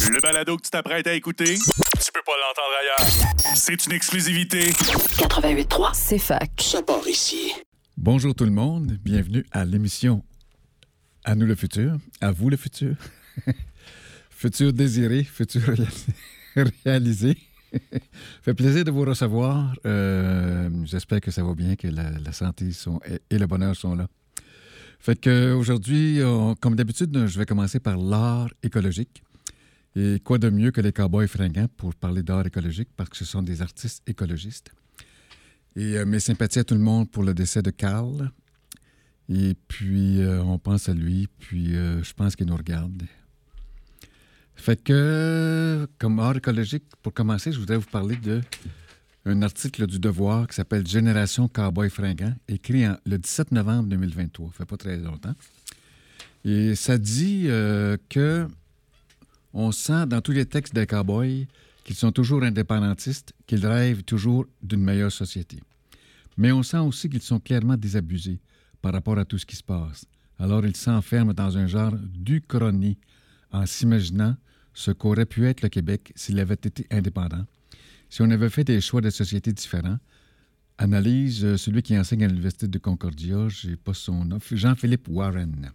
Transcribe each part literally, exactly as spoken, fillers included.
Le balado que tu t'apprêtes à écouter, tu peux pas l'entendre ailleurs. C'est une exclusivité. quatre-vingt-huit trois, c'est fac. Ça part ici. Bonjour tout le monde, bienvenue à l'émission À nous le futur, à vous le futur. Futur désiré, futur réalisé. Fait plaisir de vous recevoir. Euh, j'espère que ça va bien, que la, la santé sont, et, et le bonheur sont là. Fait qu'aujourd'hui, comme d'habitude, je vais commencer par l'art écologique. Et quoi de mieux que les Cowboys Fringants pour parler d'art écologique, parce que ce sont des artistes écologistes. Et euh, mes sympathies à tout le monde pour le décès de Carl. Et puis, euh, on pense à lui, puis euh, je pense qu'il nous regarde. Fait que, comme art écologique, pour commencer, je voudrais vous parler d'un article du Devoir qui s'appelle « Génération Cowboy Fringant », écrit en, le dix-sept novembre deux mille vingt-trois. Ça fait pas très longtemps. Et ça dit euh, que on sent dans tous les textes des cowboys qu'ils sont toujours indépendantistes, qu'ils rêvent toujours d'une meilleure société. Mais on sent aussi qu'ils sont clairement désabusés par rapport à tout ce qui se passe. Alors ils s'enferment dans un genre d'uchronie en s'imaginant ce qu'aurait pu être le Québec s'il avait été indépendant, si on avait fait des choix de société différents. Analyse euh, celui qui enseigne à l'Université de Concordia, je n'ai pas son nom, Jean-Philippe Warren.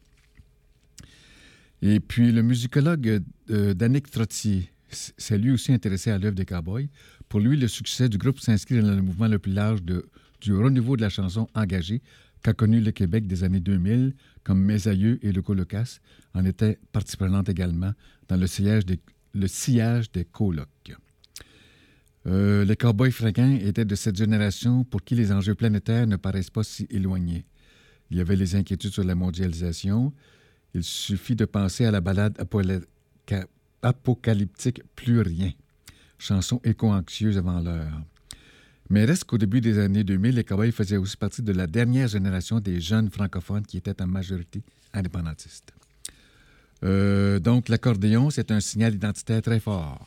Et puis le musicologue euh, Danick Trottier s'est lui aussi intéressé à l'œuvre des Cowboys. Pour lui, le succès du groupe s'inscrit dans le mouvement le plus large de, du renouveau de la chanson engagée qu'a connu le Québec des années deux mille, comme Mes aïeux et Loco Locas en étaient partie prenante également dans le sillage des, le sillage des colocs. Euh, les Cowboys Fringants étaient de cette génération pour qui les enjeux planétaires ne paraissent pas si éloignés. Il y avait les inquiétudes sur la mondialisation. Il suffit de penser à la ballade apocalyptique « Plus rien », chanson éco-anxieuse avant l'heure. Mais reste qu'au début des années deux mille, les Cowboys faisaient aussi partie de la dernière génération des jeunes francophones qui étaient en majorité indépendantistes. Euh, donc, l'accordéon, c'est un signal identitaire très fort.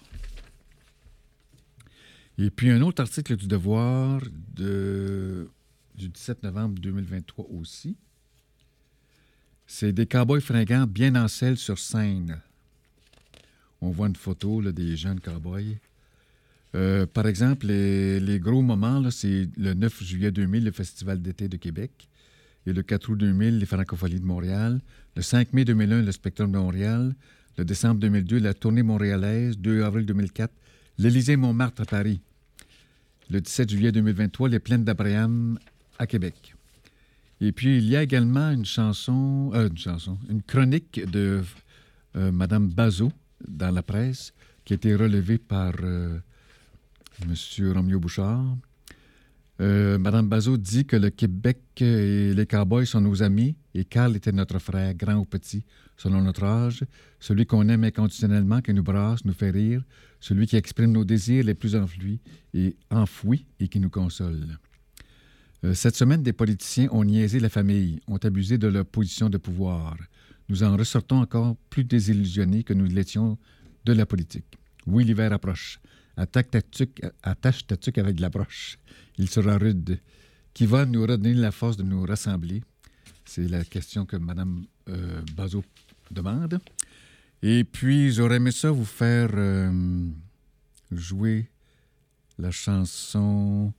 Et puis, un autre article du Devoir de, du dix-sept novembre deux mille vingt-trois aussi. C'est des Cowboys Fringants bien en selle sur scène. On voit une photo là, des jeunes cowboys. Euh, par exemple, les, les gros moments, là, c'est le neuf juillet deux mille, le Festival d'été de Québec. Et le quatre août deux mille, les Francopholies de Montréal. Le cinq mai deux mille un, le Spectrum de Montréal. Le décembre deux mille deux, la tournée montréalaise. deux avril deux mille quatre, l'Élysée-Montmartre à Paris. Le dix-sept juillet deux mille vingt-trois, les Plaines d'Abraham à Québec. Et puis, il y a également une chanson, euh, une chanson, une chronique de euh, Mme Bazot dans la presse qui a été relevée par euh, M. Roméo Bouchard. Euh, Mme Bazot dit que le Québec et les Cowboys sont nos amis et Carl était notre frère, grand ou petit, selon notre âge, celui qu'on aime inconditionnellement, qui nous brasse, nous fait rire, celui qui exprime nos désirs les plus enfouis et, enfouis et qui nous console. Cette semaine, des politiciens ont niaisé la famille, ont abusé de leur position de pouvoir. Nous en ressortons encore plus désillusionnés que nous l'étions de la politique. Oui, l'hiver approche. Attaque ta tuque, attache ta tuque avec de la broche. Il sera rude. Qui va nous redonner la force de nous rassembler? C'est la question que Mme euh, Bazot demande. Et puis, j'aurais aimé ça vous faire euh, jouer la chanson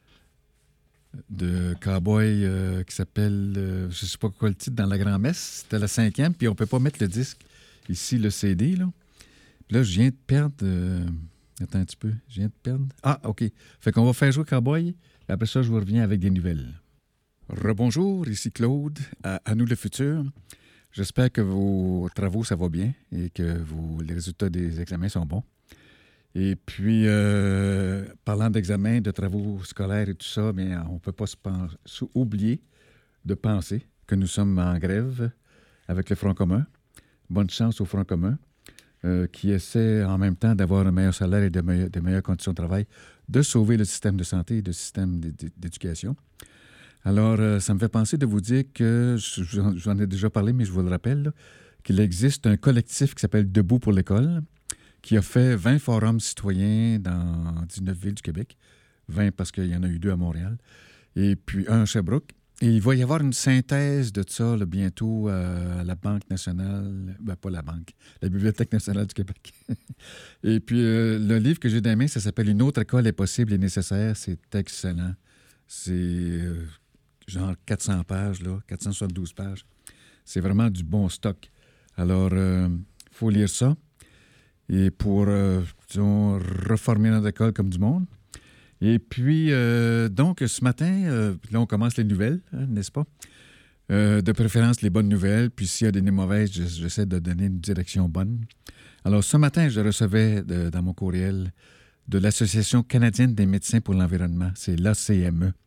de Cowboy euh, qui s'appelle, euh, je ne sais pas quoi le titre, dans la grand-messe. C'était la cinquième, puis on ne peut pas mettre le disque ici, le C D, là. Puis là, je viens de perdre... Euh, attends un petit peu, je viens de perdre... Ah, OK. Fait qu'on va faire jouer Cowboy, et après ça, je vous reviens avec des nouvelles. Rebonjour, ici Claude, à, à nous le futur. J'espère que vos travaux, ça va bien et que vos, les résultats des examens sont bons. Et puis, euh, parlant d'examens, de travaux scolaires et tout ça, mais on ne peut pas se penser, oublier de penser que nous sommes en grève avec le Front commun. Bonne chance au Front commun, euh, qui essaie en même temps d'avoir un meilleur salaire et de, meille- de meilleures conditions de travail, de sauver le système de santé et le système d'éducation. Alors, euh, ça me fait penser de vous dire que, j'en ai déjà parlé, mais je vous le rappelle, là, qu'il existe un collectif qui s'appelle Debout pour l'école, qui a fait vingt forums citoyens dans dix-neuf villes du Québec. vingt parce qu'il y en a eu deux à Montréal. Et puis un à Sherbrooke. et il va y avoir une synthèse de ça là, bientôt euh, à la Banque nationale, ben pas la Banque, la Bibliothèque nationale du Québec. Et puis, euh, le livre que j'ai dans les mains, ça s'appelle « Une autre école est possible et nécessaire ». C'est excellent. C'est euh, genre quatre cents pages, là, quatre cent soixante-douze pages. C'est vraiment du bon stock. Alors, il euh, faut lire ça. Et pour, euh, disons, reformer notre école comme du monde. Et puis, euh, donc, ce matin, euh, là, on commence les nouvelles, hein, n'est-ce pas? Euh, de préférence, les bonnes nouvelles. Puis, s'il y a des mauvaises, j'essaie de donner une direction bonne. Alors, ce matin, je recevais de, dans mon courriel de l'Association canadienne des médecins pour l'environnement. C'est l'A C M E.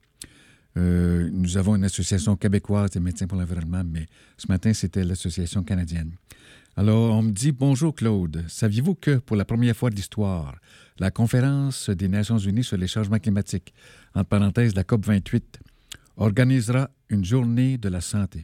Euh, nous avons une association québécoise des médecins pour l'environnement, mais ce matin, c'était l'Association canadienne. Alors, on me dit « Bonjour Claude, saviez-vous que, pour la première fois de l'histoire, la Conférence des Nations unies sur les changements climatiques, entre parenthèses la COP vingt-huit, organisera une journée de la santé.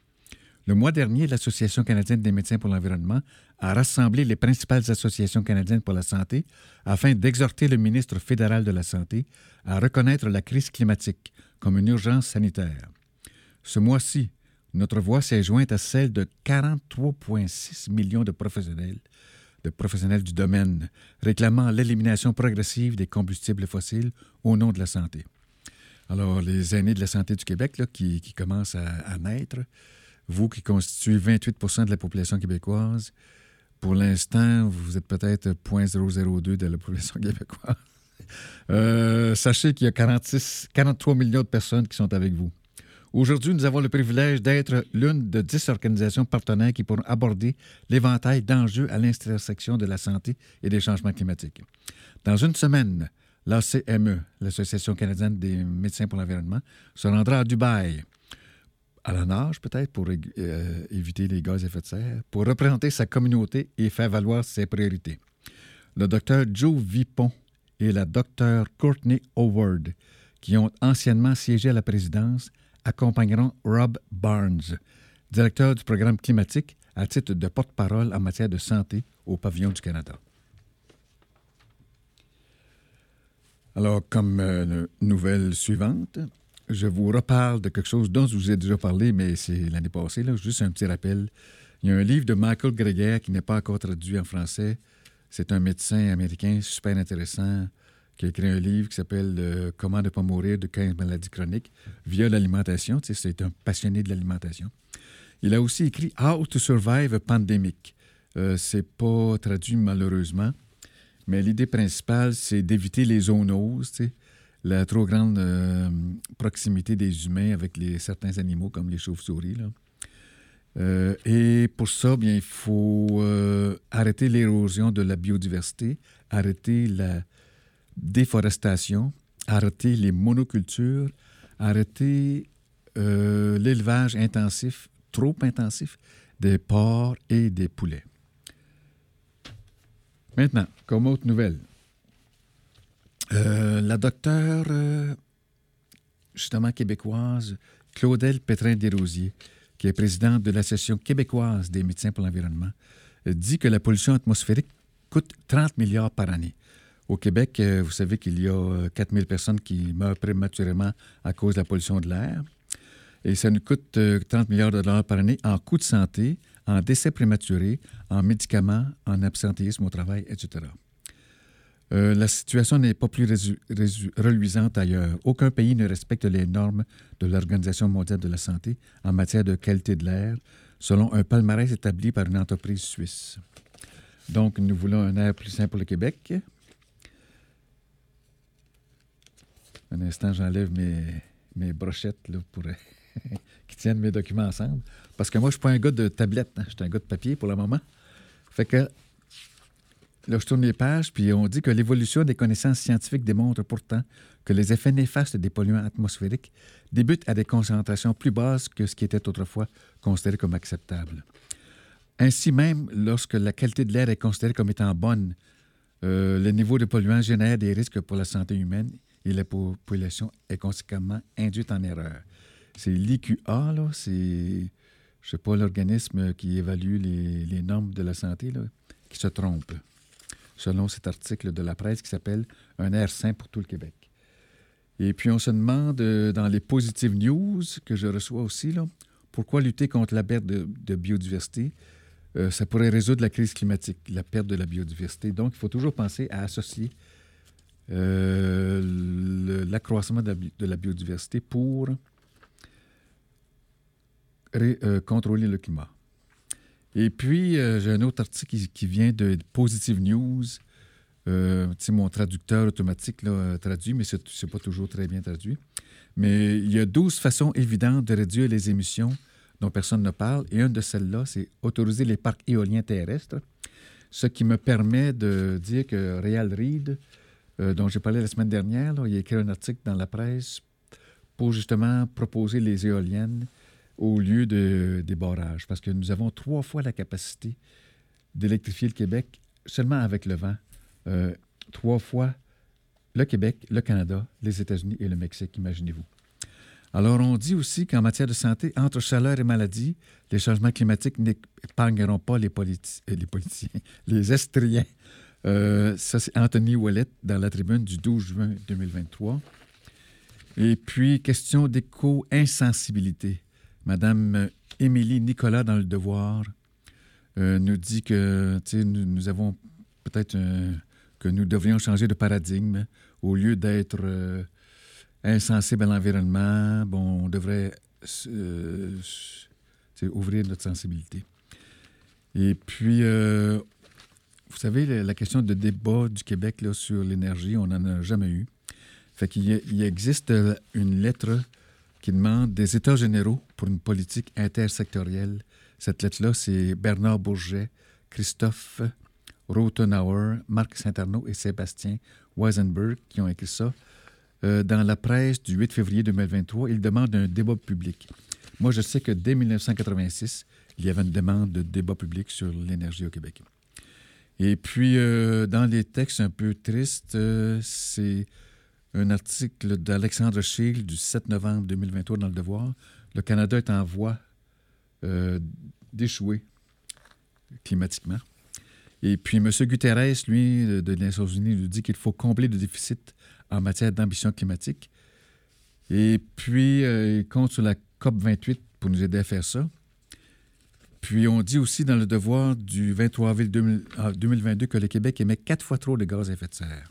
Le mois dernier, l'Association canadienne des médecins pour l'environnement a rassemblé les principales associations canadiennes pour la santé afin d'exhorter le ministre fédéral de la Santé à reconnaître la crise climatique comme une urgence sanitaire. Ce mois-ci, notre voix s'est jointe à celle de quarante-trois virgule six millions de professionnels, de professionnels du domaine, réclamant l'élimination progressive des combustibles fossiles au nom de la santé. Alors, les aînés de la santé du Québec là, qui, qui commencent à, à naître, vous qui constituez vingt-huit pour cent de la population québécoise, pour l'instant, vous êtes peut-être zéro virgule zéro zéro deux de la population québécoise. Euh, sachez qu'il y a quarante-six, quarante-trois millions de personnes qui sont avec vous. Aujourd'hui, nous avons le privilège d'être l'une de dix organisations partenaires qui pourront aborder l'éventail d'enjeux à l'intersection de la santé et des changements climatiques. Dans une semaine, l'A C M E, l'Association canadienne des médecins pour l'environnement, se rendra à Dubaï, à la nage peut-être, pour euh, éviter les gaz à effet de serre, pour représenter sa communauté et faire valoir ses priorités. Le docteur Joe Vipon et la docteur Courtney Howard, qui ont anciennement siégé à la présidence, accompagneront Rob Barnes, directeur du programme climatique, à titre de porte-parole en matière de santé au pavillon du Canada. Alors, comme euh, nouvelle suivante, je vous reparle de quelque chose dont je vous ai déjà parlé, mais c'est l'année passée, là, juste un petit rappel. Il y a un livre de Michael Greger qui n'est pas encore traduit en français. C'est un médecin américain super intéressant qui a écrit un livre qui s'appelle euh, « Comment ne pas mourir de quinze maladies chroniques via l'alimentation ». Tu sais, c'est un passionné de l'alimentation. Il a aussi écrit « How to Survive a Pandemic euh, ». C'est pas traduit malheureusement, mais l'idée principale, c'est d'éviter les zoonoses, tu sais, la trop grande euh, proximité des humains avec les, certains animaux comme les chauves-souris, là. Euh, et pour ça, bien, il faut euh, arrêter l'érosion de la biodiversité, arrêter la déforestation, arrêter les monocultures, arrêter euh, l'élevage intensif, trop intensif, des porcs et des poulets. Maintenant, comme autre nouvelle, euh, la docteure, euh, justement québécoise, Claudel Pétrin-Desrosiers, qui est présidente de l'Association québécoise des médecins pour l'environnement, dit que la pollution atmosphérique coûte trente milliards par année. Au Québec, vous savez qu'il y a quatre mille personnes qui meurent prématurément à cause de la pollution de l'air. Et ça nous coûte trente milliards de dollars par année en coûts de santé, en décès prématurés, en médicaments, en absentéisme au travail, et cetera. Euh, la situation n'est pas plus résu- résu- reluisante ailleurs. Aucun pays ne respecte les normes de l'Organisation mondiale de la santé en matière de qualité de l'air, selon un palmarès établi par une entreprise suisse. Donc, nous voulons un air plus sain pour le Québec. Un instant, j'enlève mes, mes brochettes là, pour qui tiennent mes documents ensemble. Parce que moi, je ne suis pas un gars de tablette, hein. Je suis un gars de papier pour le moment. Fait que là, je tourne les pages, puis on dit que l'évolution des connaissances scientifiques démontre pourtant que les effets néfastes des polluants atmosphériques débutent à des concentrations plus basses que ce qui était autrefois considéré comme acceptable. Ainsi même, lorsque la qualité de l'air est considérée comme étant bonne, euh, le niveau de polluants génère des risques pour la santé humaine et la population est conséquemment induite en erreur. C'est l'I Q A, là, c'est, je ne sais pas, l'organisme qui évalue les, les normes de la santé, là, qui se trompe, selon cet article de la presse qui s'appelle « Un air sain pour tout le Québec ». Et puis, on se demande, euh, dans les Positive News que je reçois aussi, là, pourquoi lutter contre la perte de, de biodiversité? Euh, ça pourrait résoudre la crise climatique, la perte de la biodiversité. Donc, il faut toujours penser à associer euh, le, l'accroissement de la, de la biodiversité pour ré, euh, contrôler le climat. Et puis, euh, j'ai un autre article qui, qui vient de Positive News. Euh, mon traducteur automatique là, traduit, mais ce n'est pas toujours très bien traduit. Mais il y a douze façons évidentes de réduire les émissions dont personne ne parle. Et une de celles-là, c'est autoriser les parcs éoliens terrestres, ce qui me permet de dire que Réal Reid, euh, dont j'ai parlé la semaine dernière, là, il a écrit un article dans la presse pour justement proposer les éoliennes au lieu de, des barrages, parce que nous avons trois fois la capacité d'électrifier le Québec seulement avec le vent. Euh, trois fois le Québec, le Canada, les États-Unis et le Mexique, imaginez-vous. Alors, on dit aussi qu'en matière de santé, entre chaleur et maladie, les changements climatiques n'épargneront pas les, politi- les politiciens, les Estriens. Euh, ça, c'est Anthony Ouellette dans la tribune du douze juin deux mille vingt-trois. Et puis, question d'éco-insensibilité. Madame Émilie Nicolas, dans Le Devoir, euh, nous dit que nous, nous avons peut-être euh, que nous devrions changer de paradigme. Au lieu d'être euh, insensible à l'environnement, bon, on devrait euh, ouvrir notre sensibilité. Et puis, euh, vous savez, la, la question de débat du Québec là, sur l'énergie, on n'en a jamais eu. Fait qu'il y, a, il existe une lettre qui demande des États généraux pour une politique intersectorielle. Cette lettre-là, c'est Bernard Bourget, Christophe Rothenauer, Marc Saint-Arnaud et Sébastien Weisenberg qui ont écrit ça. Euh, dans la presse du huit février deux mille vingt-trois, ils demandent un débat public. Moi, je sais que dès dix-neuf cent quatre-vingt-six, il y avait une demande de débat public sur l'énergie au Québec. Et puis, euh, dans les textes un peu tristes, euh, c'est un article d'Alexandre Scheele du sept novembre deux mille vingt-trois dans Le Devoir. Le Canada est en voie euh, d'échouer climatiquement. Et puis, M. Guterres, lui, de, de Nations unies, nous dit qu'il faut combler le déficit en matière d'ambition climatique. Et puis, euh, il compte sur la C O P vingt-huit pour nous aider à faire ça. Puis, on dit aussi dans Le Devoir du vingt-trois avril deux mille vingt-deux que le Québec émet quatre fois trop de gaz à effet de serre.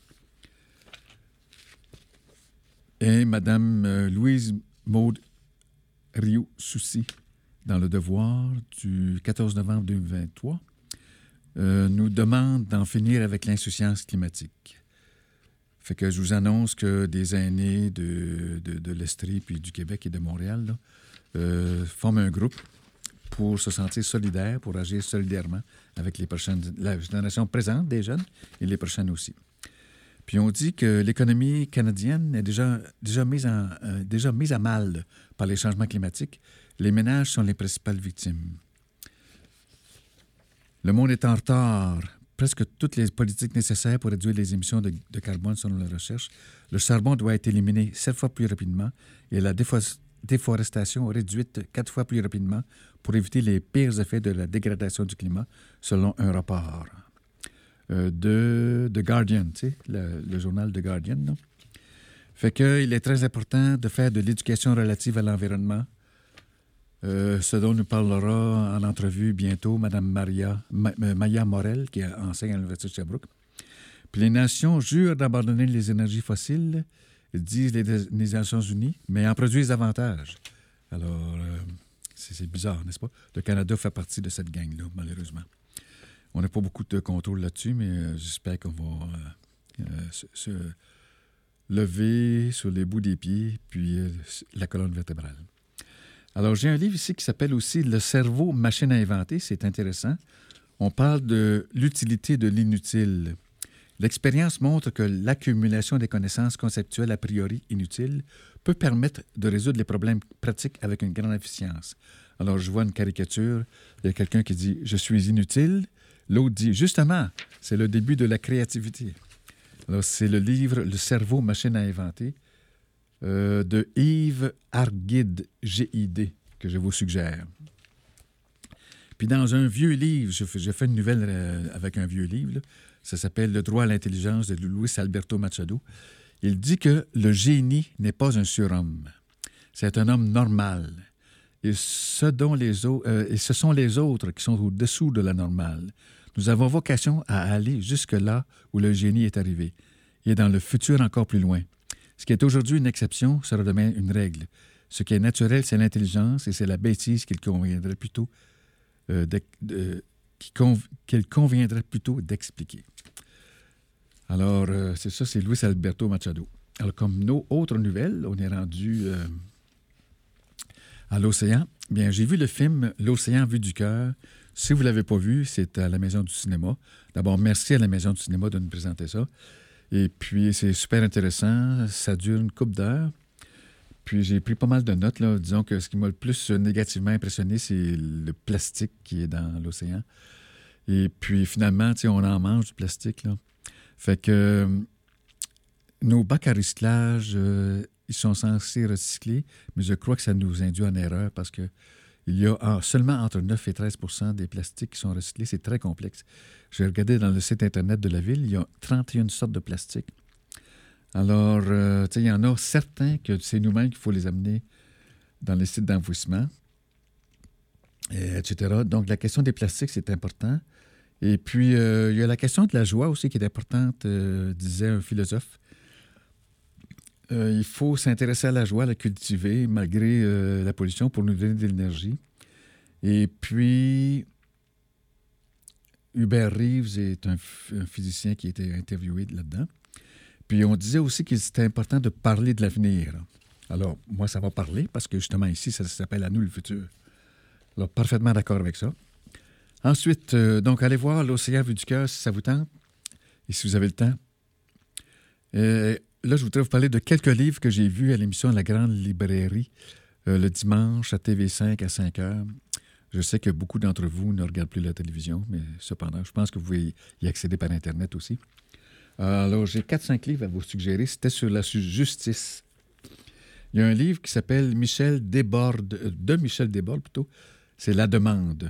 Et Mme euh, Louise Maude Rioux-Soucy, dans Le Devoir du quatorze novembre deux mille vingt-trois, euh, nous demande d'en finir avec l'insouciance climatique. Fait que je vous annonce que des aînés de, de, de l'Estrie, puis du Québec et de Montréal là, euh, forment un groupe pour se sentir solidaires, pour agir solidairement avec les prochaines, la génération présente des jeunes et les prochaines aussi. Puis on dit que l'économie canadienne est déjà, déjà, mise en, euh, déjà mise à mal par les changements climatiques. Les ménages sont les principales victimes. Le monde est en retard. Presque toutes les politiques nécessaires pour réduire les émissions de, de carbone selon la recherche. Le charbon doit être éliminé sept fois plus rapidement et la défo- déforestation réduite quatre fois plus rapidement pour éviter les pires effets de la dégradation du climat, selon un rapport euh, de The Guardian, tu sais, le, le journal The Guardian. Non? Fait qu'il est très important de faire de l'éducation relative à l'environnement, Euh, ce dont nous parlera en entrevue bientôt Mme Maria, Ma, Maya Morel, qui enseigne à l'Université de Sherbrooke. Puis les nations jurent d'abandonner les énergies fossiles, disent les, les Nations unies, mais en produisent davantage. Alors, euh, c'est, c'est bizarre, n'est-ce pas? Le Canada fait partie de cette gang-là, malheureusement. On n'a pas beaucoup de contrôle là-dessus, mais euh, j'espère qu'on va euh, euh, se, se lever sur les bouts des pieds, puis euh, la colonne vertébrale. Alors, j'ai un livre ici qui s'appelle aussi « Le cerveau, machine à inventer ». C'est intéressant. On parle de l'utilité de l'inutile. L'expérience montre que l'accumulation des connaissances conceptuelles a priori inutiles peut permettre de résoudre les problèmes pratiques avec une grande efficience. Alors, je vois une caricature. Il y a quelqu'un qui dit « Je suis inutile ». L'autre dit « Justement, c'est le début de la créativité ». Alors, c'est le livre « Le cerveau, machine à inventer ». Euh, de Yves Arguide, G I D, que je vous suggère. Puis dans un vieux livre, j'ai fait, fait une nouvelle euh, avec un vieux livre, là, ça s'appelle « Le droit à l'intelligence » de Luis Alberto Machado. Il dit que le génie n'est pas un surhomme. C'est un homme normal. Et ce, dont les au- euh, et ce sont les autres qui sont au-dessous de la normale. Nous avons vocation à aller jusque-là où le génie est arrivé, et dans le futur encore plus loin. Ce qui est aujourd'hui une exception sera demain une règle. Ce qui est naturel, c'est l'intelligence, et c'est la bêtise qu'il conviendrait plutôt, euh, de, de, qui conv, qu'il conviendrait plutôt d'expliquer. Alors, euh, c'est ça, c'est Luis Alberto Machado. Alors, comme nos autres nouvelles, on est rendu euh, à l'océan. Bien, j'ai vu le film L'Océan vu du cœur. Si vous ne l'avez pas vu, c'est à la Maison du cinéma. D'abord, merci à la Maison du cinéma de nous présenter ça. Et puis, c'est super intéressant. Ça dure une couple d'heures. Puis, j'ai pris pas mal de notes, là. Disons que ce qui m'a le plus négativement impressionné, c'est le plastique qui est dans l'océan. Et puis, finalement, tu sais, on en mange du plastique, là. Fait que euh, nos bacs à recyclage, euh, ils sont censés recycler, mais je crois que ça nous induit en erreur parce que il y a en, seulement entre neuf et treize pour cent des plastiques qui sont recyclés. C'est très complexe. J'ai regardé dans le site Internet de la Ville, il y a trente et une sortes de plastiques. Alors, euh, tu sais, il y en a certains que c'est nous-mêmes qu'il faut les amener dans les sites d'enfouissement, et, etc. Donc, la question des plastiques, c'est important. Et puis, euh, il y a la question de la joie aussi qui est importante, euh, disait un philosophe. Euh, il faut s'intéresser à la joie, la cultiver malgré euh, la pollution pour nous donner de l'énergie. Et puis, Hubert Reeves est un, un physicien qui a été interviewé là-dedans. Puis, on disait aussi qu'il était important de parler de l'avenir. Alors, moi, ça va parler parce que justement ici, ça s'appelle « À nous le futur ». Alors, parfaitement d'accord avec ça. Ensuite, euh, donc, allez voir L'Océan vu du cœur si ça vous tente et si vous avez le temps. Euh, là, je voudrais vous parler de quelques livres que j'ai vus à l'émission La Grande Librairie euh, le dimanche à T V cinq à cinq heures. Je sais que beaucoup d'entre vous ne regardent plus la télévision, mais cependant, je pense que vous pouvez y accéder par Internet aussi. Alors, j'ai quatre cinq livres à vous suggérer. C'était sur la justice. Il y a un livre qui s'appelle Michel Desbordes, euh, de Michel Desbordes plutôt. C'est La Demande.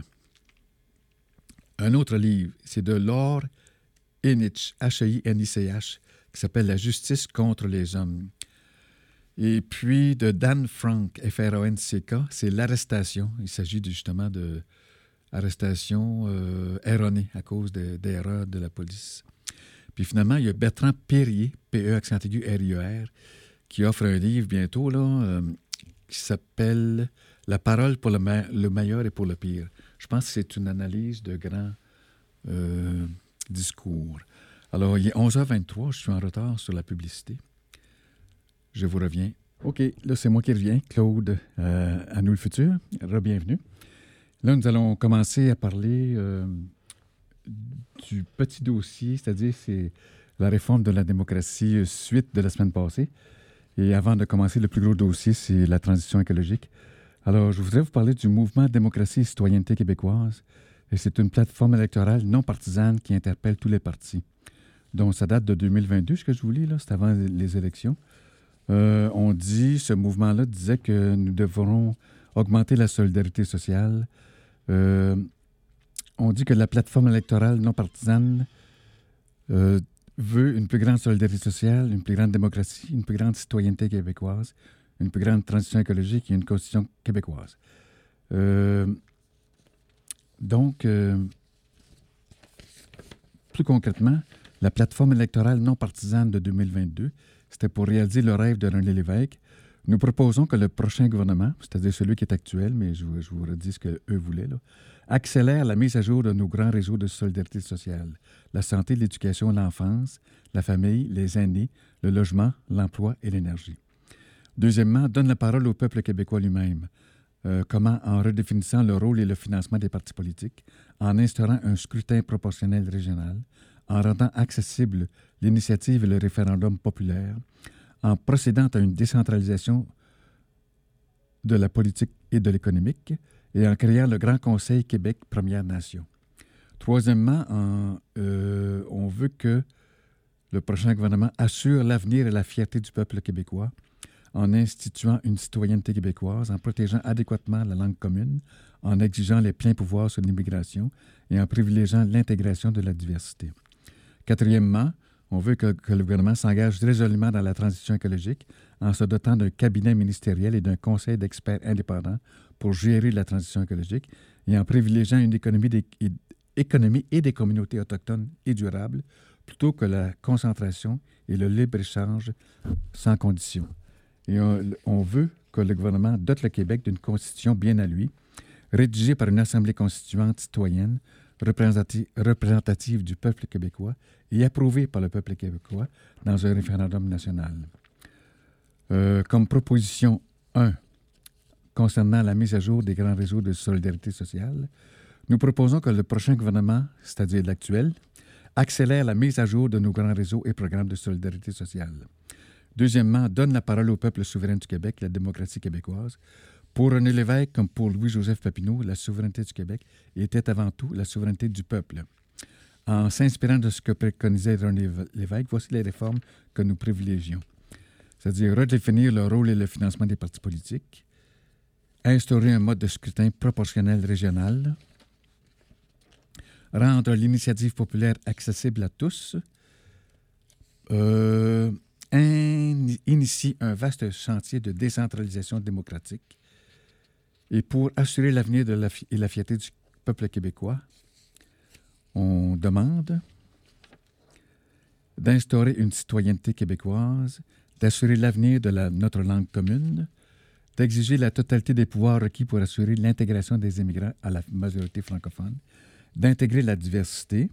Un autre livre, c'est de Laure Inich, H I N I C H, qui s'appelle La justice contre les hommes. Et puis de Dan Frank, F R A N C K, c'est L'arrestation. Il s'agit de, justement d'arrestation euh, erronée à cause de, d'erreurs de la police. Puis finalement, il y a Bertrand Périer, P E accent aigu R I E R, qui offre un livre bientôt là, euh, qui s'appelle La parole pour le, me- le meilleur et pour le pire. Je pense que c'est une analyse de grands euh, discours. Alors, il est onze heures vingt-trois, je suis en retard sur la publicité. Je vous reviens. OK, là, c'est moi qui reviens, Claude, euh, à nous le futur. Re-bienvenue. Là, nous allons commencer à parler euh, du petit dossier, c'est-à-dire c'est la réforme de la démocratie suite de la semaine passée. Et avant de commencer, le plus gros dossier, c'est la transition écologique. Alors, je voudrais vous parler du mouvement Démocratie et Citoyenneté québécoise. Et c'est une plateforme électorale non partisane qui interpelle tous les partis. Donc, ça date de deux mille vingt-deux, ce que je vous lis, là, c'est avant les élections. Euh, on dit, ce mouvement-là disait que nous devrons augmenter la solidarité sociale. Euh, on dit que la plateforme électorale non partisane euh, veut une plus grande solidarité sociale, une plus grande démocratie, une plus grande citoyenneté québécoise, une plus grande transition écologique et une constitution québécoise. Euh, donc, euh, plus concrètement, la plateforme électorale non partisane de deux mille vingt-deux, c'était pour réaliser le rêve de René Lévesque. Nous proposons que le prochain gouvernement, c'est-à-dire celui qui est actuel, mais je, je vous redis ce qu'eux voulaient, là, accélère la mise à jour de nos grands réseaux de solidarité sociale, la santé, l'éducation, l'enfance, la famille, les aînés, le logement, l'emploi et l'énergie. Deuxièmement, donne la parole au peuple québécois lui-même. Euh, comment? En redéfinissant le rôle et le financement des partis politiques, en instaurant un scrutin proportionnel régional, en rendant accessible l'initiative et le référendum populaire, en procédant à une décentralisation de la politique et de l'économique, et en créant le Grand Conseil Québec Première Nation. Troisièmement, en, euh, on veut que le prochain gouvernement assure l'avenir et la fierté du peuple québécois, en instituant une citoyenneté québécoise, en protégeant adéquatement la langue commune, en exigeant les pleins pouvoirs sur l'immigration et en privilégiant l'intégration de la diversité. Quatrièmement, On veut que, que le gouvernement s'engage résolument dans la transition écologique en se dotant d'un cabinet ministériel et d'un conseil d'experts indépendants pour gérer la transition écologique et en privilégiant une économie des, et, économie et des communautés autochtones et durables plutôt que la concentration et le libre-échange sans condition. Et on, on veut que le gouvernement dote le Québec d'une constitution bien à lui, rédigée par une assemblée constituante citoyenne représentative, représentative du peuple québécois et approuvée par le peuple québécois dans un référendum national. Euh, comme proposition un, concernant la mise à jour des grands réseaux de solidarité sociale, nous proposons que le prochain gouvernement, c'est-à-dire l'actuel, accélère la mise à jour de nos grands réseaux et programmes de solidarité sociale. Deuxièmement, donne la parole au peuple souverain du Québec, la démocratie québécoise. Pour René Lévesque, comme pour Louis-Joseph Papineau, la souveraineté du Québec était avant tout la souveraineté du peuple. En s'inspirant de ce que préconisait René Lévesque, voici les réformes que nous privilégions. C'est-à-dire redéfinir le rôle et le financement des partis politiques, instaurer un mode de scrutin proportionnel régional, rendre l'initiative populaire accessible à tous, euh, in, initier un vaste chantier de décentralisation démocratique et pour assurer l'avenir de la, et la fierté du peuple québécois, on demande d'instaurer une citoyenneté québécoise, d'assurer l'avenir de la, notre langue commune, d'exiger la totalité des pouvoirs requis pour assurer l'intégration des immigrants à la majorité francophone, d'intégrer la diversité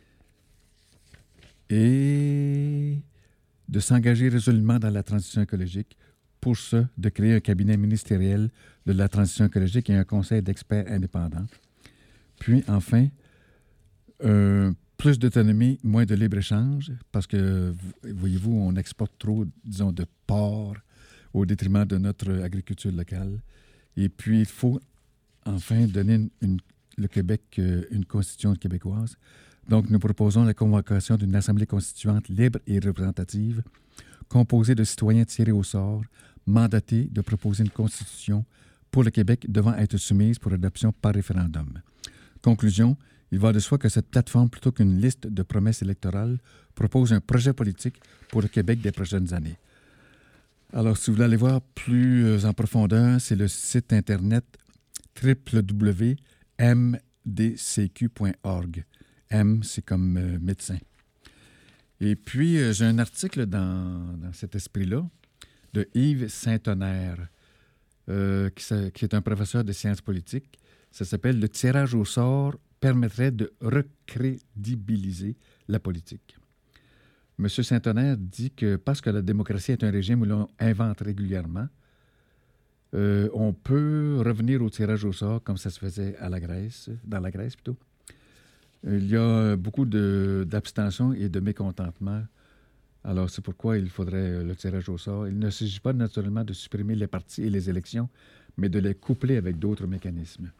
et de s'engager résolument dans la transition écologique. Pour ce, de créer un cabinet ministériel de la transition écologique et un conseil d'experts indépendants. Puis, enfin, euh, plus d'autonomie, moins de libre-échange, parce que, voyez-vous, on exporte trop, disons, de porc au détriment de notre agriculture locale. Et puis, il faut, enfin, donner une, une, le Québec euh, une constitution québécoise. Donc, nous proposons la convocation d'une assemblée constituante libre et représentative, composée de citoyens tirés au sort, mandatés de proposer une constitution pour le Québec devant être soumise pour adoption par référendum. Conclusion, il va de soi que cette plateforme, plutôt qu'une liste de promesses électorales, propose un projet politique pour le Québec des prochaines années. Alors, si vous voulez aller voir plus en profondeur, c'est le site Internet w w w point m d c q point org. M, c'est comme euh, médecin. Et puis, euh, j'ai un article dans, dans cet esprit-là de Yves Saint-Honaire, euh, qui, qui est un professeur de sciences politiques. Ça s'appelle « Le tirage au sort permettrait de recrédibiliser la politique ». M. Saint-Honaire dit que parce que la démocratie est un régime où l'on invente régulièrement, euh, on peut revenir au tirage au sort comme ça se faisait à la Grèce, dans la Grèce plutôt. Il y a beaucoup de, d'abstention et de mécontentement. Alors, c'est pourquoi il faudrait le tirage au sort. Il ne s'agit pas naturellement de supprimer les partis et les élections, mais de les coupler avec d'autres mécanismes.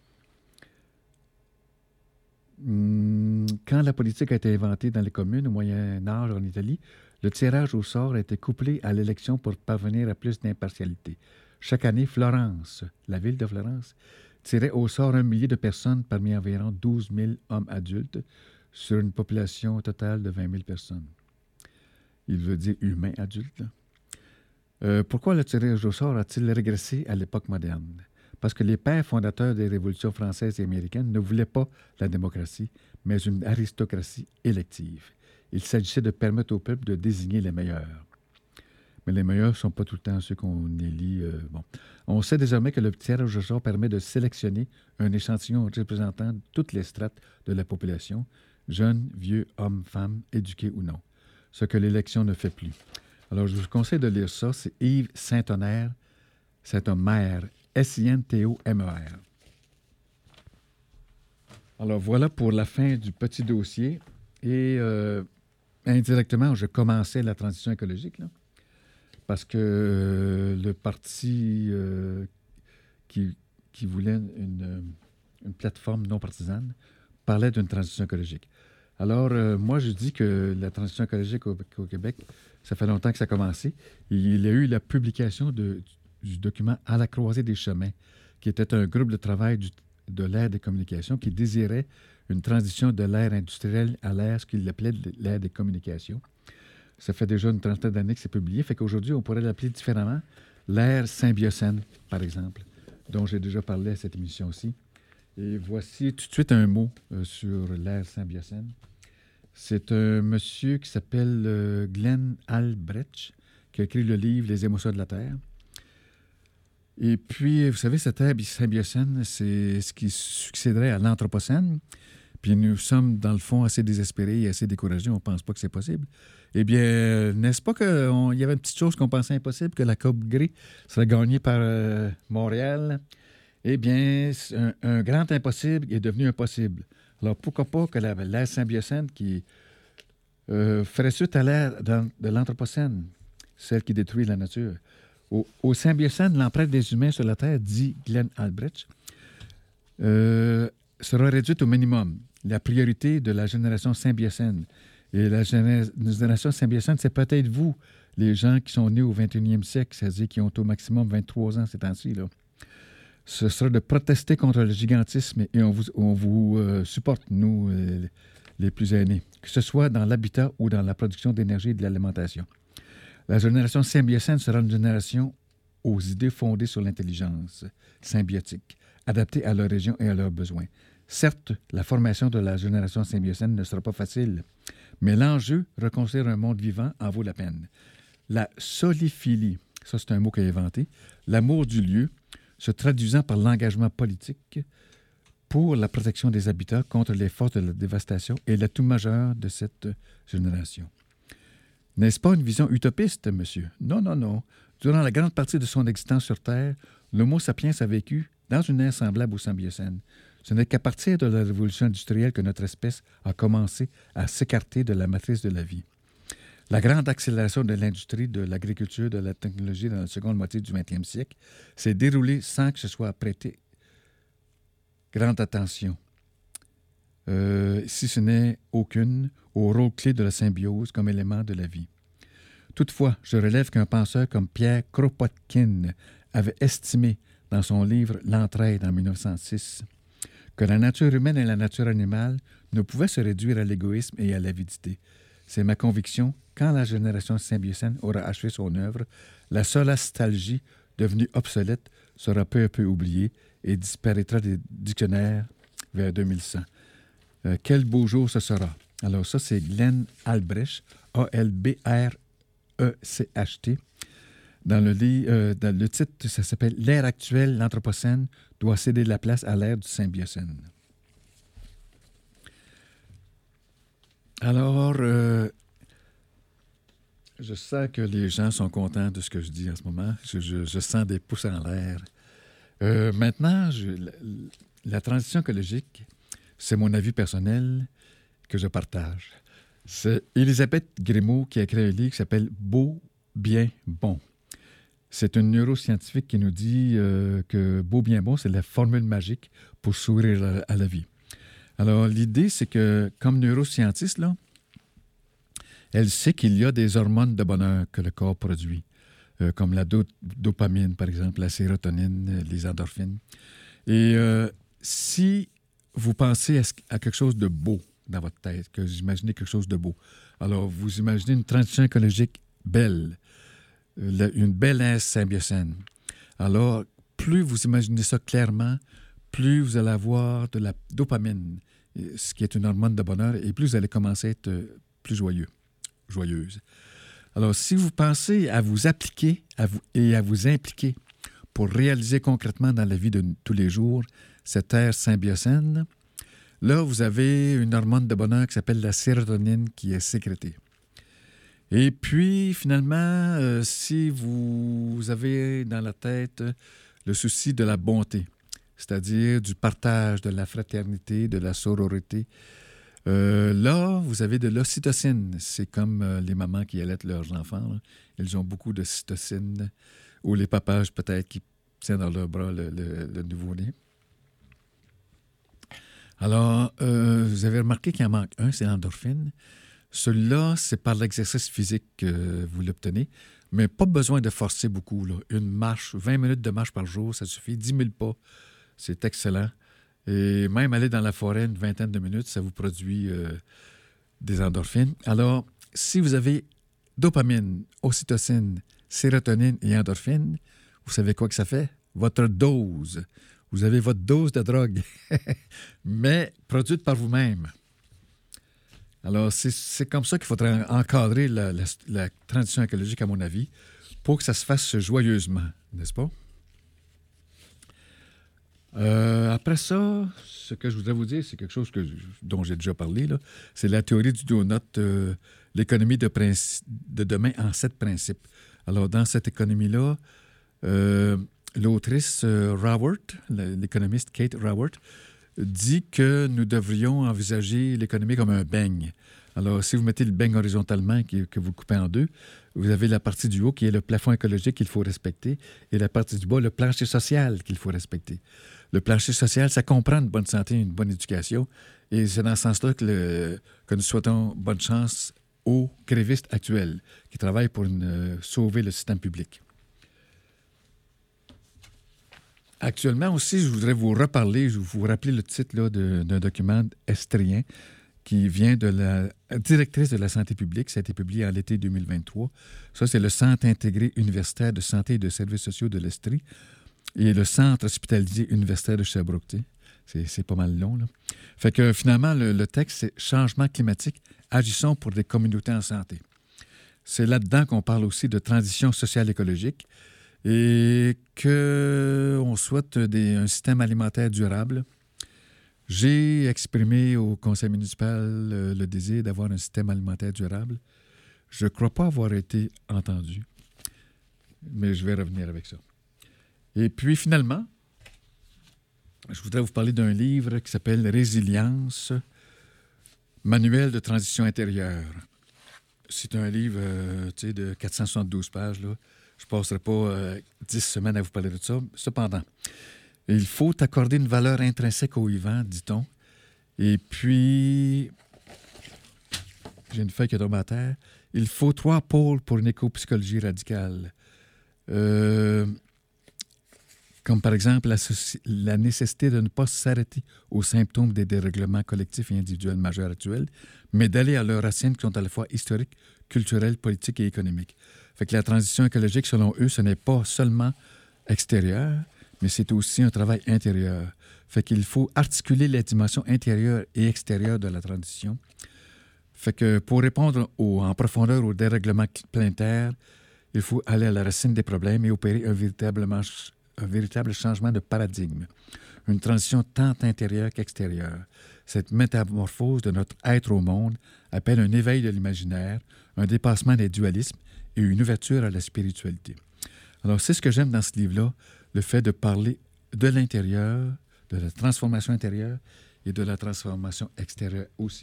Quand la politique a été inventée dans les communes au Moyen Âge en Italie, le tirage au sort a été couplé à l'élection pour parvenir à plus d'impartialité. Chaque année, Florence, la ville de Florence, tirait au sort un millier de personnes parmi environ douze mille hommes adultes sur une population totale de vingt mille personnes. Il veut dire humains adultes. Euh, pourquoi le tirage au sort a-t-il régressé à l'époque moderne? Parce que les pères fondateurs des révolutions françaises et américaines ne voulaient pas la démocratie, mais une aristocratie élective. Il s'agissait de permettre au peuple de désigner les meilleurs. Mais les meilleurs ne sont pas tout le temps ceux qu'on élit. Euh, bon. On sait désormais que le tirage au sort permet de sélectionner un échantillon représentant toutes les strates de la population, jeunes, vieux, hommes, femmes, éduqués ou non, ce que l'élection ne fait plus. Alors, je vous conseille de lire ça. C'est Yves Saint-Honaire, Saint-Homer, S I N T O M E R. Alors, voilà pour la fin du petit dossier. Et euh, indirectement, je commençais la transition écologique, là. Parce que euh, le parti euh, qui, qui voulait une, une plateforme non partisane parlait d'une transition écologique. Alors, euh, moi, je dis que la transition écologique au, au Québec, ça fait longtemps que ça a commencé. Il y a eu la publication de, du document « À la croisée des chemins », qui était un groupe de travail du, de l'ère des communications qui désirait une transition de l'ère industrielle à l'ère, ce qu'il appelait l'ère des communications. Ça fait déjà une trentaine d'années que c'est publié. Fait qu'aujourd'hui, on pourrait l'appeler différemment l'ère symbiocène, par exemple, dont j'ai déjà parlé à cette émission aussi. Et voici tout de suite un mot euh, sur l'ère symbiocène. C'est un monsieur qui s'appelle euh, Glenn Albrecht, qui a écrit le livre « Les émotions de la Terre ». Et puis, vous savez, cette ère symbiocène, c'est ce qui succéderait à l'anthropocène. Puis nous sommes, dans le fond, assez désespérés et assez découragés. On ne pense pas que c'est possible. Eh bien, n'est-ce pas qu'il y avait une petite chose qu'on pensait impossible, que la Coupe Grey serait gagnée par euh, Montréal? Eh bien, un, un grand impossible est devenu un possible. Alors, pourquoi pas que la, l'ère symbiocène qui euh, ferait suite à l'ère de, de l'anthropocène, celle qui détruit la nature. Au, au symbiocène, l'empreinte des humains sur la Terre, dit Glenn Albrecht, euh, sera réduite au minimum. La priorité de la génération symbiocène. Et la géné- génération symbiocène, c'est peut-être vous, les gens qui sont nés au vingt et unième siècle, c'est-à-dire qui ont au maximum vingt-trois ans ces temps-ci, là. Ce sera de protester contre le gigantisme et on vous, on vous euh, supporte, nous, euh, les plus aînés, que ce soit dans l'habitat ou dans la production d'énergie et de l'alimentation. La génération symbiocène sera une génération aux idées fondées sur l'intelligence symbiotique, adaptée à leur région et à leurs besoins. Certes, la formation de la génération symbiocène ne sera pas facile, mais l'enjeu, reconstruire un monde vivant, en vaut la peine. La soliphilie, ça c'est un mot qu'il a inventé, l'amour du lieu, se traduisant par l'engagement politique pour la protection des habitats contre les forces de la dévastation est l'atout majeur de cette génération. N'est-ce pas une vision utopiste, monsieur? Non, non, non. Durant la grande partie de son existence sur Terre, l'Homo sapiens a vécu dans une ère semblable au symbiocène. Ce n'est qu'à partir de la révolution industrielle que notre espèce a commencé à s'écarter de la matrice de la vie. La grande accélération de l'industrie, de l'agriculture, de la technologie dans la seconde moitié du vingtième siècle s'est déroulée sans que ce soit prêté grande attention, euh, si ce n'est aucune, au rôle clé de la symbiose comme élément de la vie. Toutefois, je relève qu'un penseur comme Pierre Kropotkin avait estimé dans son livre « L'entraide » en mille neuf cent six que la nature humaine et la nature animale ne pouvaient se réduire à l'égoïsme et à l'avidité. C'est ma conviction, quand la génération symbiocène aura achevé son œuvre, la solastalgie, devenue obsolète, sera peu à peu oubliée et disparaîtra des dictionnaires vers deux mille cent. Euh, quel beau jour ce sera. Alors ça, c'est Glenn Albrecht, A L B R E C H T. Dans le, lit, euh, dans le titre, ça s'appelle « L'ère actuelle, l'Anthropocène, doit céder la place à l'ère du Symbiocène ». Alors, euh, je sens que les gens sont contents de ce que je dis en ce moment. Je, je, je sens des pouces en l'air. Euh, maintenant, je, la, la transition écologique, c'est mon avis personnel que je partage. C'est Elisabeth Grémaud qui a écrit un livre qui s'appelle « Beau, bien, bon ». C'est une neuroscientifique qui nous dit euh, que beau, bien, bon, c'est la formule magique pour sourire à, à la vie. Alors, l'idée, c'est que, comme neuroscientiste, là, elle sait qu'il y a des hormones de bonheur que le corps produit, euh, comme la do- dopamine, par exemple, la sérotonine, les endorphines. Et euh, si vous pensez à, ce, à quelque chose de beau dans votre tête, que vous imaginez quelque chose de beau, alors vous imaginez une transition écologique belle, une belle ère symbiocène. Alors, plus vous imaginez ça clairement, plus vous allez avoir de la dopamine, ce qui est une hormone de bonheur, et plus vous allez commencer à être plus joyeux, joyeuse. Alors, si vous pensez à vous appliquer à vous, et à vous impliquer pour réaliser concrètement dans la vie de tous les jours cette ère symbiocène, là, vous avez une hormone de bonheur qui s'appelle la sérotonine qui est sécrétée. Et puis, finalement, euh, si vous avez dans la tête le souci de la bonté, c'est-à-dire du partage, de la fraternité, de la sororité, euh, là, vous avez de l'ocytocine. C'est comme euh, les mamans qui allaitent leurs enfants, là. Ils ont beaucoup de cytocine, ou les papas, peut-être, qui tiennent dans leurs bras le, le, le nouveau-né. Alors, euh, vous avez remarqué qu'il en manque un, c'est l'endorphine. Celui-là, c'est par l'exercice physique que vous l'obtenez, mais pas besoin de forcer beaucoup, là. Une marche, vingt minutes de marche par jour, ça suffit. dix mille pas, c'est excellent. Et même aller dans la forêt une vingtaine de minutes, ça vous produit euh, des endorphines. Alors, si vous avez dopamine, ocytocine, sérotonine et endorphine, vous savez quoi que ça fait? Votre dose. Vous avez votre dose de drogue, mais produite par vous-même. Alors, c'est, c'est comme ça qu'il faudrait encadrer la, la, la transition écologique, à mon avis, pour que ça se fasse joyeusement, n'est-ce pas? Euh, après ça, ce que je voudrais vous dire, c'est quelque chose que, dont j'ai déjà parlé, là. C'est la théorie du donut, euh, l'économie de, princi- de demain en sept principes. Alors, dans cette économie-là, euh, l'autrice euh, Raworth, l'économiste Kate Raworth, dit que nous devrions envisager l'économie comme un beigne. Alors, si vous mettez le beigne horizontalement, qui, que vous coupez en deux, vous avez la partie du haut qui est le plafond écologique qu'il faut respecter et la partie du bas, le plancher social qu'il faut respecter. Le plancher social, ça comprend une bonne santé, une bonne éducation et c'est dans ce sens-là que, le, que nous souhaitons bonne chance aux grévistes actuels qui travaillent pour une, euh, sauver le système public. Actuellement aussi, je voudrais vous reparler, je vous rappeler le titre là, de, d'un document estrien qui vient de la directrice de la santé publique. Ça a été publié en l'été deux mille vingt-trois. Ça, c'est le Centre intégré universitaire de santé et de services sociaux de l'Estrie et le Centre hospitalier universitaire de Sherbrooke. C'est, c'est pas mal long, là. Fait que finalement, le, le texte, c'est « Changement climatique, agissons pour des communautés en santé ». C'est là-dedans qu'on parle aussi de transition sociale écologique et qu'on souhaite des, un système alimentaire durable. J'ai exprimé au conseil municipal le, le désir d'avoir un système alimentaire durable. Je ne crois pas avoir été entendu, mais je vais revenir avec ça. Et puis finalement, je voudrais vous parler d'un livre qui s'appelle « Résilience, manuel de transition intérieure ». C'est un livre euh, tu sais, de quatre cent soixante-douze pages, là. Je ne passerai pas euh, dix semaines à vous parler de ça. Cependant, il faut accorder une valeur intrinsèque au vivant, dit-on. Et puis, j'ai une feuille qui est tombée à terre. Il faut trois pôles pour une éco-psychologie radicale. Euh, comme par exemple la, la nécessité de ne pas s'arrêter aux symptômes des dérèglements collectifs et individuels majeurs actuels, mais d'aller à leurs racines qui sont à la fois historiques, culturelles, politiques et économiques. Fait que la transition écologique, selon eux, ce n'est pas seulement extérieur, mais c'est aussi un travail intérieur. Fait qu'il faut articuler les dimensions intérieures et extérieures de la transition. Fait que pour répondre au, en profondeur au dérèglement planétaire, il faut aller à la racine des problèmes et opérer un, véritablement, un véritable changement de paradigme. Une transition tant intérieure qu'extérieure. Cette métamorphose de notre être au monde appelle un éveil de l'imaginaire, un dépassement des dualismes et une ouverture à la spiritualité. Alors, c'est ce que j'aime dans ce livre-là, le fait de parler de l'intérieur, de la transformation intérieure et de la transformation extérieure aussi.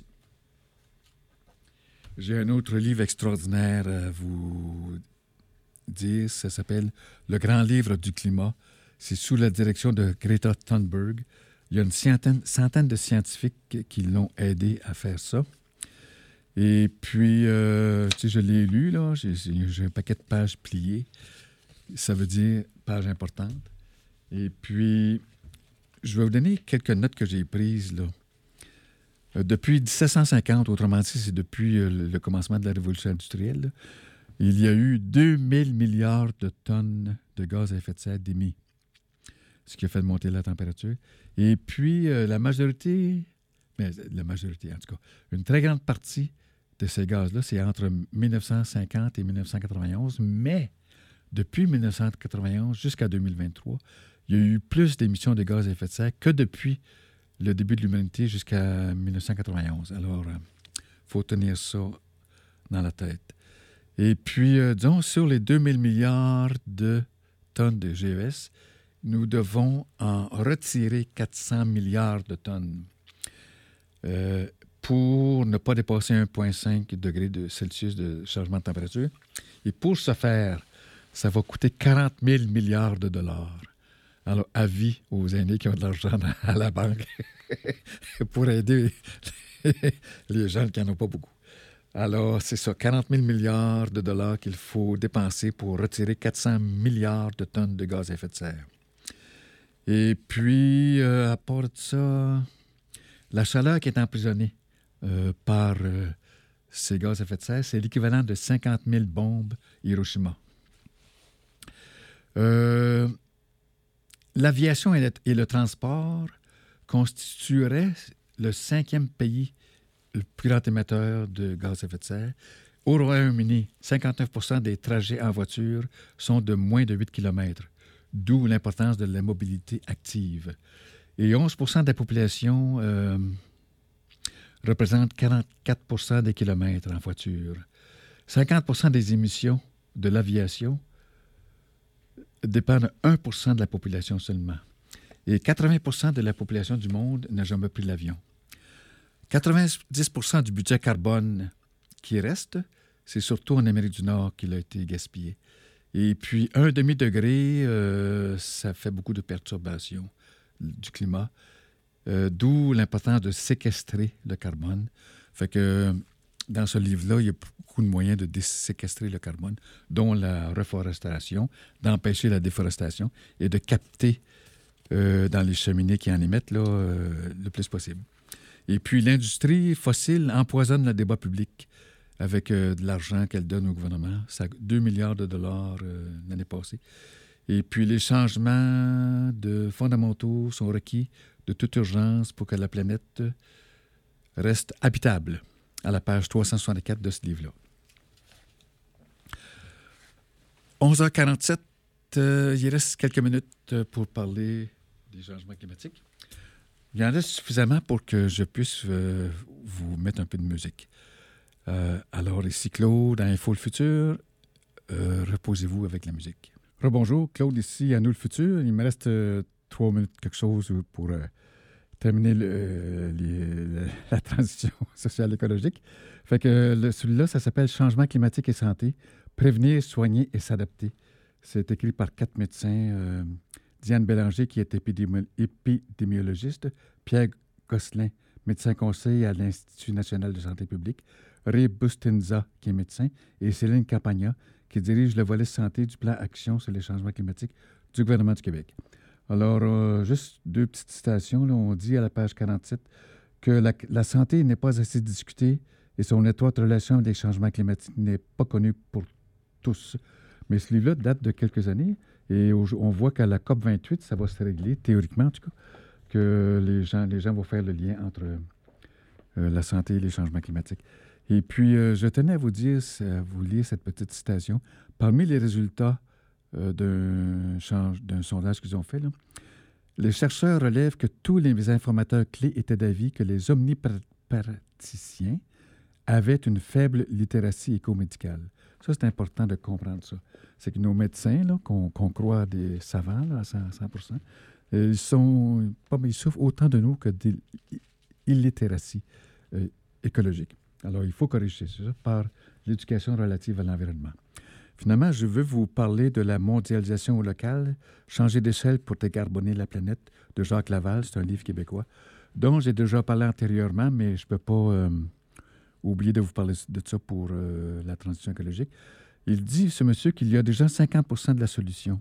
J'ai un autre livre extraordinaire à vous dire, ça s'appelle « Le grand livre du climat ». C'est sous la direction de Greta Thunberg. Il y a une centaine, centaine de scientifiques qui l'ont aidé à faire ça. Et puis, euh, tu sais, je l'ai lu, là, j'ai, j'ai un paquet de pages pliées. Ça veut dire page importante. Et puis, je vais vous donner quelques notes que j'ai prises, là. Euh, depuis dix-sept cent cinquante, autrement dit, c'est depuis euh, le commencement de la révolution industrielle, là, il y a eu deux mille milliards de tonnes de gaz à effet de serre d'émis, ce qui a fait monter la température. Et puis, euh, la majorité, mais la majorité en tout cas, une très grande partie de ces gaz-là, c'est entre dix-neuf cent cinquante et dix-neuf cent quatre-vingt-onze, mais depuis dix-neuf cent quatre-vingt-onze jusqu'à deux mille vingt-trois, il y a eu plus d'émissions de gaz à effet de serre que depuis le début de l'humanité jusqu'à dix-neuf cent quatre-vingt-onze. Alors, il euh, faut tenir ça dans la tête. Et puis, euh, disons, sur les deux mille milliards de tonnes de G E S, nous devons en retirer quatre cents milliards de tonnes euh, pour ne pas dépasser un virgule cinq degré de Celsius de changement de température. Et pour ce faire, ça va coûter quarante mille milliards de dollars. Alors, avis aux aînés qui ont de l'argent à la banque pour aider les gens qui n'en ont pas beaucoup. Alors, c'est ça, quarante mille milliards de dollars qu'il faut dépenser pour retirer quatre cents milliards de tonnes de gaz à effet de serre. Et puis, euh, à part de ça, la chaleur qui est emprisonnée euh, par euh, ces gaz à effet de serre, c'est l'équivalent de cinquante mille bombes Hiroshima. Euh, l'aviation et le, et le transport constitueraient le cinquième pays le plus grand émetteur de gaz à effet de serre. Au Royaume-Uni, cinquante-neuf pour cent des trajets en voiture sont de moins de huit kilomètres, d'où l'importance de la mobilité active. Et onze pour cent de la population euh, représente quarante-quatre pour cent des kilomètres en voiture. cinquante pour cent des émissions de l'aviation dépendent de un pour cent de la population seulement. Et quatre-vingts pour cent de la population du monde n'a jamais pris l'avion. quatre-vingt-dix pour cent du budget carbone qui reste, c'est surtout en Amérique du Nord qu'il a été gaspillé. Et puis, un demi-degré, euh, ça fait beaucoup de perturbations du climat, euh, d'où l'importance de séquestrer le carbone. Fait que dans ce livre-là, il y a beaucoup de moyens de déséquestrer le carbone, dont la reforestation, d'empêcher la déforestation et de capter euh, dans les cheminées qui en émettent là, euh, le plus possible. Et puis, l'industrie fossile empoisonne le débat public avec euh, de l'argent qu'elle donne au gouvernement. Ça a deux milliards de dollars euh, l'année passée. Et puis, les changements de fondamentaux sont requis de toute urgence pour que la planète reste habitable, à la page trois cent soixante-quatre de ce livre-là. onze heures quarante-sept, euh, il reste quelques minutes pour parler des changements climatiques. Il y en a suffisamment pour que je puisse euh, vous mettre un peu de musique. Euh, alors, ici Claude, à Info le Futur, euh, reposez-vous avec la musique. Rebonjour, Claude ici à Nous le Futur. Il me reste euh, trois minutes quelque chose pour euh, terminer le, euh, les, la, la transition sociale écologique. Fait que le, celui-là, ça s'appelle Changement climatique et santé, prévenir, soigner et s'adapter. C'est écrit par quatre médecins. Euh, Diane Bélanger, qui est épidémi- épidémiologiste, Pierre Gosselin, médecin conseil à l'Institut national de santé publique, Ray Bustinza, qui est médecin, et Céline Campagna, qui dirige le volet santé du plan Action sur les changements climatiques du gouvernement du Québec. Alors, euh, juste deux petites citations. Là, on dit à la page quarante-sept que la, la santé n'est pas assez discutée et son étroite relation avec les changements climatiques n'est pas connue pour tous. Mais ce livre-là date de quelques années et on voit qu'à la COP vingt-huit, ça va se régler, théoriquement en tout cas, que les gens, les gens vont faire le lien entre euh, la santé et les changements climatiques. Et puis, euh, je tenais à vous dire, à vous lire cette petite citation. Parmi les résultats euh, d'un, change, d'un sondage qu'ils ont fait, là, les chercheurs relèvent que tous les informateurs clés étaient d'avis que les omnipraticiens avaient une faible littératie écomédicale. Ça, c'est important de comprendre ça. C'est que nos médecins, là, qu'on, qu'on croit des savants là, à cent pour cent, euh, ils, sont, pas, ils souffrent autant de nous que d'illitératie euh, écologique. Alors, il faut corriger ça par l'éducation relative à l'environnement. Finalement, je veux vous parler de la mondialisation au local, changer d'échelle pour décarboner la planète, de Jacques Laval. C'est un livre québécois dont j'ai déjà parlé antérieurement, mais je ne peux pas euh, oublier de vous parler de ça pour euh, la transition écologique. Il dit, ce monsieur, qu'il y a déjà cinquante pour cent de la solution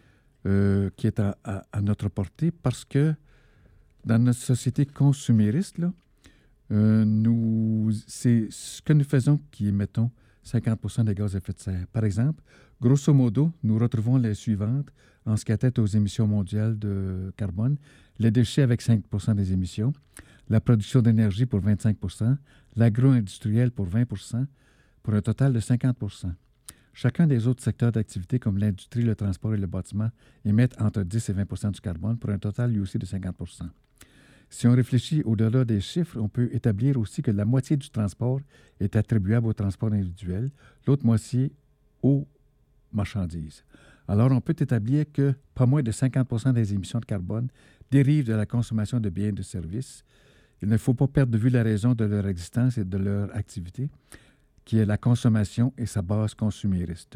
euh, qui est à, à, à notre portée parce que dans notre société consumériste, là, Euh, nous, c'est ce que nous faisons qui émettons cinquante pour cent des gaz à effet de serre. Par exemple, grosso modo, nous retrouvons les suivantes en ce qui a tête aux émissions mondiales de carbone, les déchets avec cinq pour cent des émissions, la production d'énergie pour vingt-cinq pour cent, l'agro-industriel pour vingt pour cent, pour un total de cinquante pour cent. Chacun des autres secteurs d'activité comme l'industrie, le transport et le bâtiment émettent entre dix et vingt pour cent du carbone pour un total lui aussi de cinquante pour cent. Si on réfléchit au-delà des chiffres, on peut établir aussi que la moitié du transport est attribuable au transport individuel, l'autre moitié aux marchandises. Alors, on peut établir que pas moins de cinquante pour cent des émissions de carbone dérivent de la consommation de biens et de services. Il ne faut pas perdre de vue la raison de leur existence et de leur activité, qui est la consommation et sa base consumériste.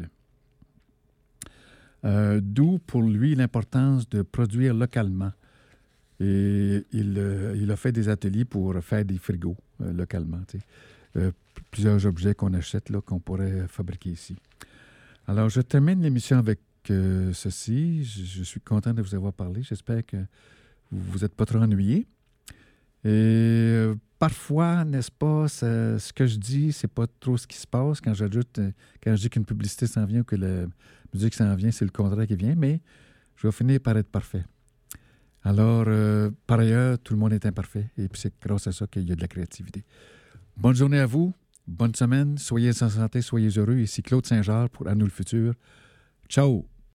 Euh, d'où, pour lui, l'importance de produire localement. Et il, euh, il a fait des ateliers pour faire des frigos euh, localement. Euh, plusieurs objets qu'on achète, là, qu'on pourrait fabriquer ici. Alors, je termine l'émission avec que ceci. Je, je suis content de vous avoir parlé. J'espère que vous vous êtes pas trop ennuyés. Et euh, parfois, n'est-ce pas, ça, ce que je dis, c'est pas trop ce qui se passe. Quand j'ajoute, euh, quand je dis qu'une publicité s'en vient ou que la musique s'en vient, c'est le contraire qui vient, mais je vais finir par être parfait. Alors, euh, par ailleurs, tout le monde est imparfait. Et puis, c'est grâce à ça qu'il y a de la créativité. Bonne journée à vous. Bonne semaine. Soyez en santé, soyez heureux. Ici Claude Saint-Georges pour À nous le futur. Ciao!